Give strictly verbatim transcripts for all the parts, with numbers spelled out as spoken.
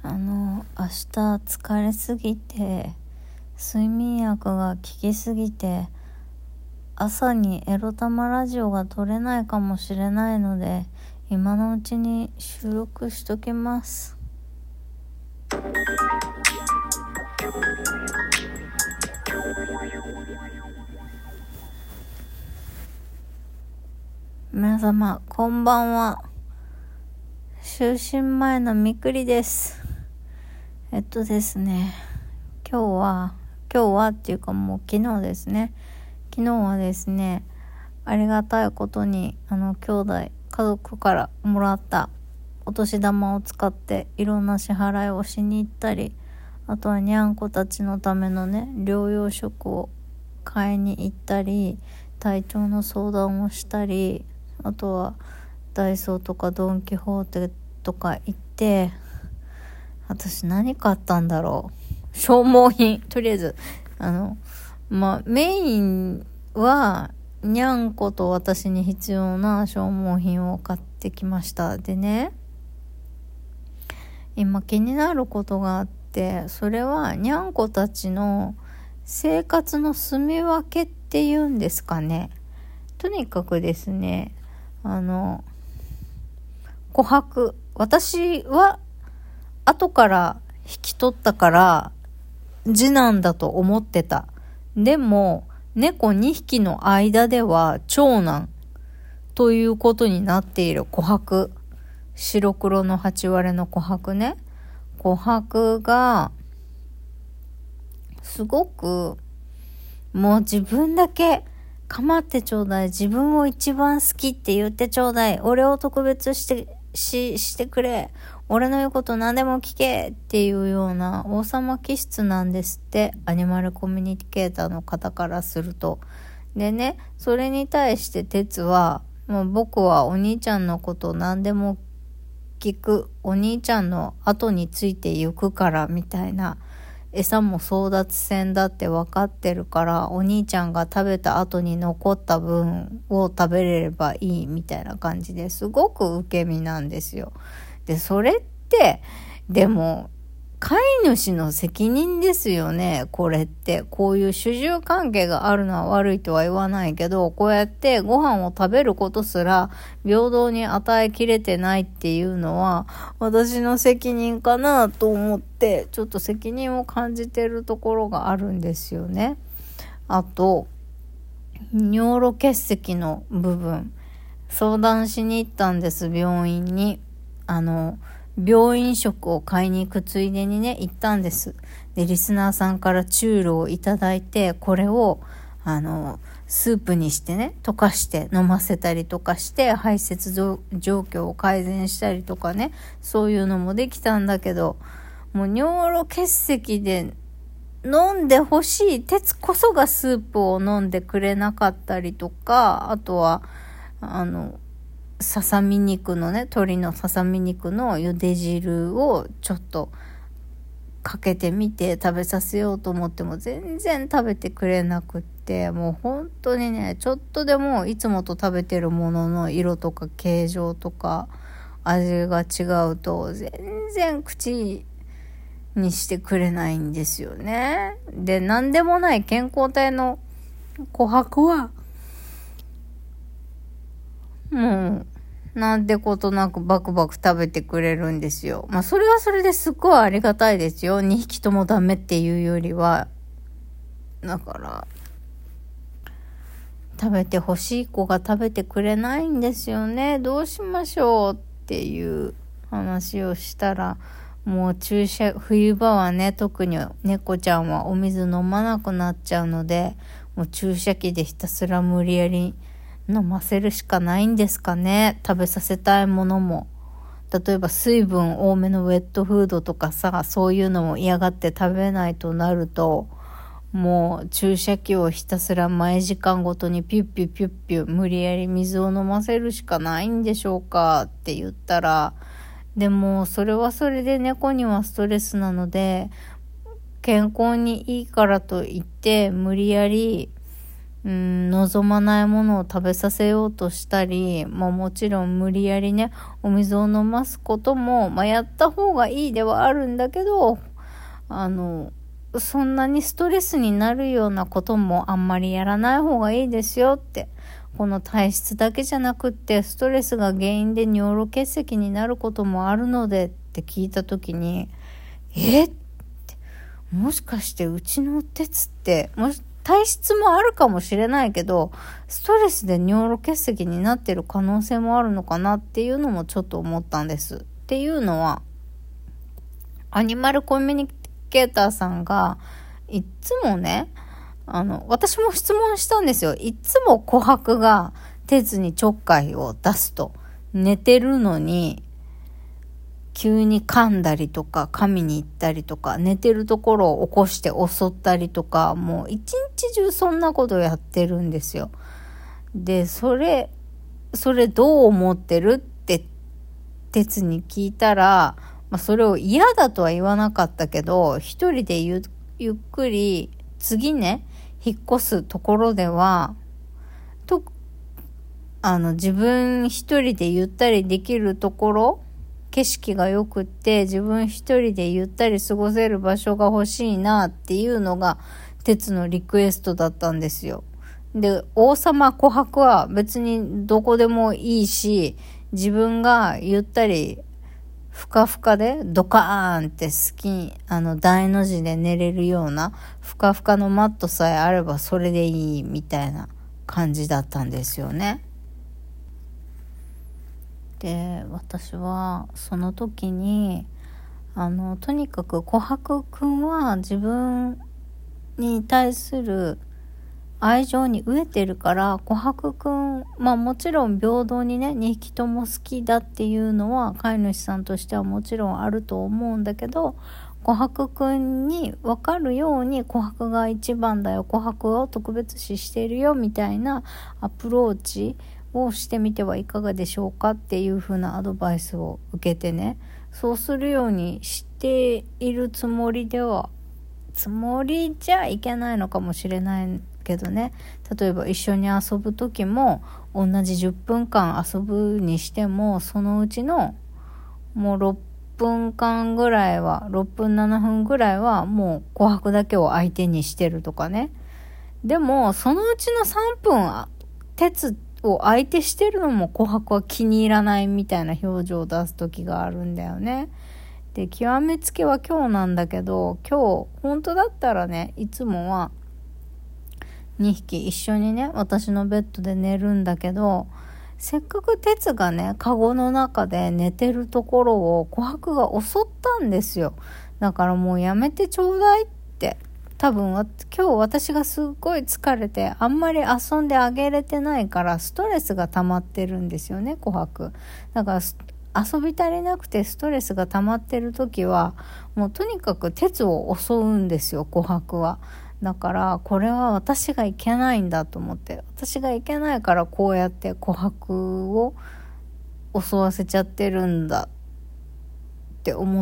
あの明日疲れすぎて睡眠薬が効きすぎて朝にエロ玉ラジオが撮れないかもしれないので今のうちに収録しときます。皆様こんばんは。就寝前のみくりです。えっとですね今日は今日はっていうかもう昨日ですね昨日はですねありがたいことにあの兄弟家族からもらったお年玉を使っていろんな支払いをしに行ったり、あとはにゃんこたちのためのね療養食を買いに行ったり、体調の相談をしたり、あとはダイソーとかドンキホーテとか行って、私何買ったんだろう、消耗品、とりあえずあのまあメインはにゃんこと私に必要な消耗品を買ってきました。でね、今気になることがあって、それはにゃんこたちの生活の住み分けっていうんですかね。とにかくですね、あの琥珀、私は後から引き取ったから次男だと思ってた。でも猫にひきの間では長男ということになっている琥珀、白黒の八割れの琥珀ね。琥珀がすごくもう自分だけ構ってちょうだい、自分を一番好きって言ってちょうだい、俺を特別してししてくれ、俺の言うこと何でも聞けっていうような王様気質なんですって、アニマルコミュニケーターの方からすると。でね、それに対して哲はもう僕はお兄ちゃんのこと何でも聞く、お兄ちゃんの後について行くからみたいな、餌も争奪戦だって分かってるから、お兄ちゃんが食べた後に残った分を食べれればいいみたいな感じですごく受け身なんですよ。でそれってでも飼い主の責任ですよね。これってこういう主従関係があるのは悪いとは言わないけど、こうやってご飯を食べることすら平等に与えきれてないっていうのは私の責任かなと思って、ちょっと責任を感じてるところがあるんですよね。あと尿路結石の部分相談しに行ったんです、病院に。あの病院食を買いに行くついでにね行ったんです。でリスナーさんからチュールをいただいて、これをあのスープにしてね溶かして飲ませたりとかして排泄状況を改善したりとかね、そういうのもできたんだけど、もう尿路結石で飲んでほしい鉄こそがスープを飲んでくれなかったりとか、あとはあのささみ肉のね、鶏のささみ肉の茹で汁をちょっとかけてみて食べさせようと思っても全然食べてくれなくって、もう本当にね、ちょっとでもいつもと食べてるものの色とか形状とか味が違うと全然口にしてくれないんですよね。で、なんでもない健康体の琥珀はもうなんてことなくバクバク食べてくれるんですよ。まあそれはそれですっごいありがたいですよ。にひきともダメっていうよりは。だから食べてほしい子が食べてくれないんですよね。どうしましょうっていう話をしたら、もう注射、冬場はね特に猫ちゃんはお水飲まなくなっちゃうので、もう注射器でひたすら無理やり飲ませるしかないんですかね。食べさせたいものも、例えば水分多めのウェットフードとかさ、そういうのも嫌がって食べないとなると、もう注射器をひたすら毎時間ごとにピュッピュッピュッピュ無理やり水を飲ませるしかないんでしょうかって言ったら、でもそれはそれで猫にはストレスなので、健康にいいからといって無理やりうん、望まないものを食べさせようとしたり、まあもちろん無理やりね、お水を飲ますことも、まあやった方がいいではあるんだけど、あの、そんなにストレスになるようなこともあんまりやらない方がいいですよって。この体質だけじゃなくって、ストレスが原因で尿路結石になることもあるのでって聞いたときに、えって、もしかしてうちの鉄って、もし体質もあるかもしれないけど、ストレスで尿路結石になってる可能性もあるのかなっていうのもちょっと思ったんです。っていうのは、アニマルコミュニケーターさんがいつもね、あの、私も質問したんですよ。いつも琥珀が鉄にちょっかいを出すと、寝てるのに急に噛んだりとか噛みに行ったりとか、寝てるところを起こして襲ったりとか、もう一日中そんなことやってるんですよ。で、それそれどう思ってるって鉄に聞いたら、まあ、それを嫌だとは言わなかったけど、一人で ゆ, ゆっくり次ね引っ越すところではとあの自分一人でゆったりできるところ、景色が良くって自分一人でゆったり過ごせる場所が欲しいなっていうのが鉄のリクエストだったんですよ。で、王様琥珀は別にどこでもいいし、自分がゆったりふかふかでドカーンって好き、あの大の字で寝れるようなふかふかのマットさえあればそれでいいみたいな感じだったんですよね。で、私はその時にあのとにかく琥珀くんは自分に対する愛情に飢えてるから、琥珀くん、まあもちろん平等にねにひきとも好きだっていうのは飼い主さんとしてはもちろんあると思うんだけど、琥珀くんに分かるように琥珀が一番だよ、琥珀を特別視しているよみたいなアプローチをしてみてはいかがでしょうかっていう風なアドバイスを受けてね、そうするようにしているつもりではつもりじゃいけないのかもしれないけどね。例えば一緒に遊ぶ時も同じじゅっぷんかん遊ぶにしても、そのうちのもうろっぷんかんぐらいはろっぷんななふんぐらいはもう琥珀だけを相手にしてるとかね。でもそのうちのさんぷん鉄を相手してるのも琥珀は気に入らないみたいな表情を出す時があるんだよね。で、極めつけは今日なんだけど、今日本当だったらね、いつもはにひき一緒にね私のベッドで寝るんだけど、せっかく鉄がねカゴの中で寝てるところを琥珀が襲ったんですよ。だからもうやめてちょうだいって。多分今日私がすっごい疲れてあんまり遊んであげれてないからストレスが溜まってるんですよね、琥珀。だから遊び足りなくてストレスが溜まってる時はもうとにかく鉄を襲うんですよ、琥珀は。だからこれは私がいけないんだと思って、私がいけないからこうやって琥珀を襲わせちゃってるんだって思って、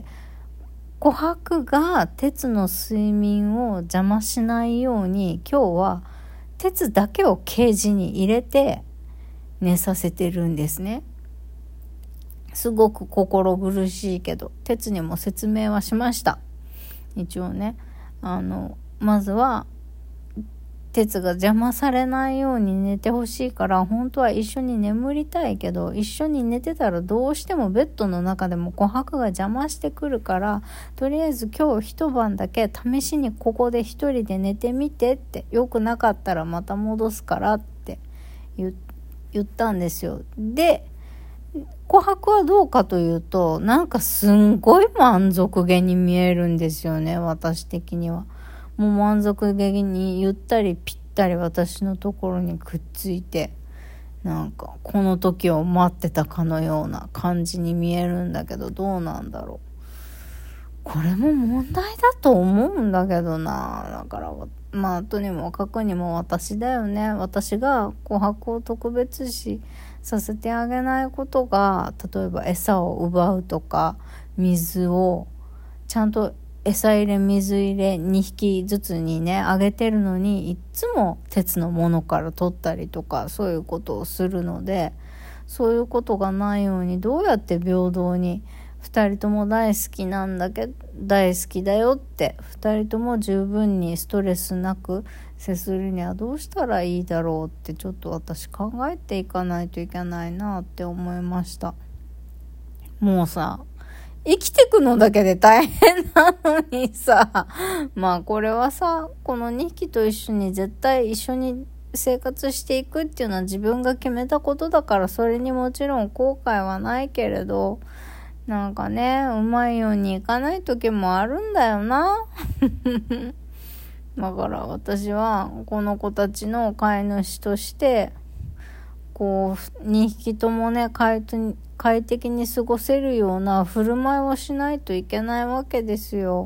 琥珀が鉄の睡眠を邪魔しないように今日は鉄だけをケージに入れて寝させてるんですね。すごく心苦しいけど鉄にも説明はしました。一応ね、あのまずは鉄が邪魔されないように寝てほしいから、本当は一緒に眠りたいけど一緒に寝てたらどうしてもベッドの中でも琥珀が邪魔してくるから、とりあえず今日一晩だけ試しにここで一人で寝てみてって、よくなかったらまた戻すからって言、言ったんですよ。で琥珀はどうかというと、なんかすんごい満足げに見えるんですよね、私的には。もう満足げにゆったりぴったり私のところにくっついて、なんかこの時を待ってたかのような感じに見えるんだけど、どうなんだろう。これも問題だと思うんだけどな。だからまあとにもかくにも私だよね。私が琥珀を特別視させてあげないことが、例えば餌を奪うとか水をちゃんと餌入れ水入れにひきずつにねあげてるのに、いっつも鉄のものから取ったりとかそういうことをするので、そういうことがないようにどうやって平等にふたりとも大好きなんだけど大好きだよって、ふたりとも十分にストレスなく接するにはどうしたらいいだろうってちょっと私考えていかないといけないなって思いました。もうさ生きてくのだけで大変なのにさ、まあこれはさ、このにひきと一緒に絶対一緒に生活していくっていうのは自分が決めたことだから、それにもちろん後悔はないけれど、なんかねうまいようにいかない時もあるんだよなだから私はこの子たちの飼い主としてこうにひきともね快快適に過ごせるような振る舞いをしないといけないわけですよ。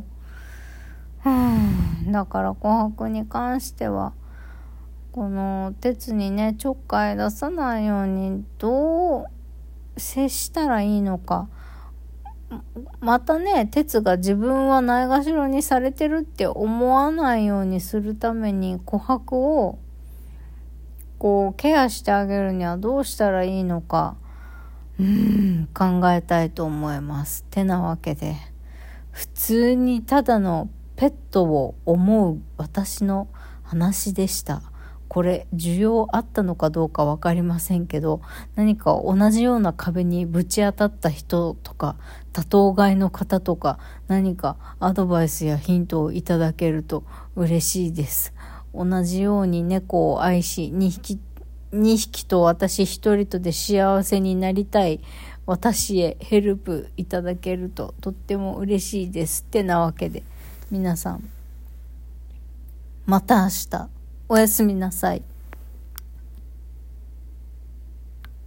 だから琥珀に関してはこの鉄にねちょっかい出さないようにどう接したらいいのか、またね鉄が自分はないがしろにされてるって思わないようにするために琥珀をこうケアしてあげるにはどうしたらいいのか、うーん考えたいと思います。てなわけで普通にただのペットを思う私の話でした。これ需要あったのかどうか分かりませんけど、何か同じような壁にぶち当たった人とか多頭飼いの方とか何かアドバイスやヒントをいただけると嬉しいです。同じように猫を愛しにひき、にひきと私一人とで幸せになりたい私へヘルプいただけるととっても嬉しいです。ってなわけで皆さんまた明日おやすみなさい。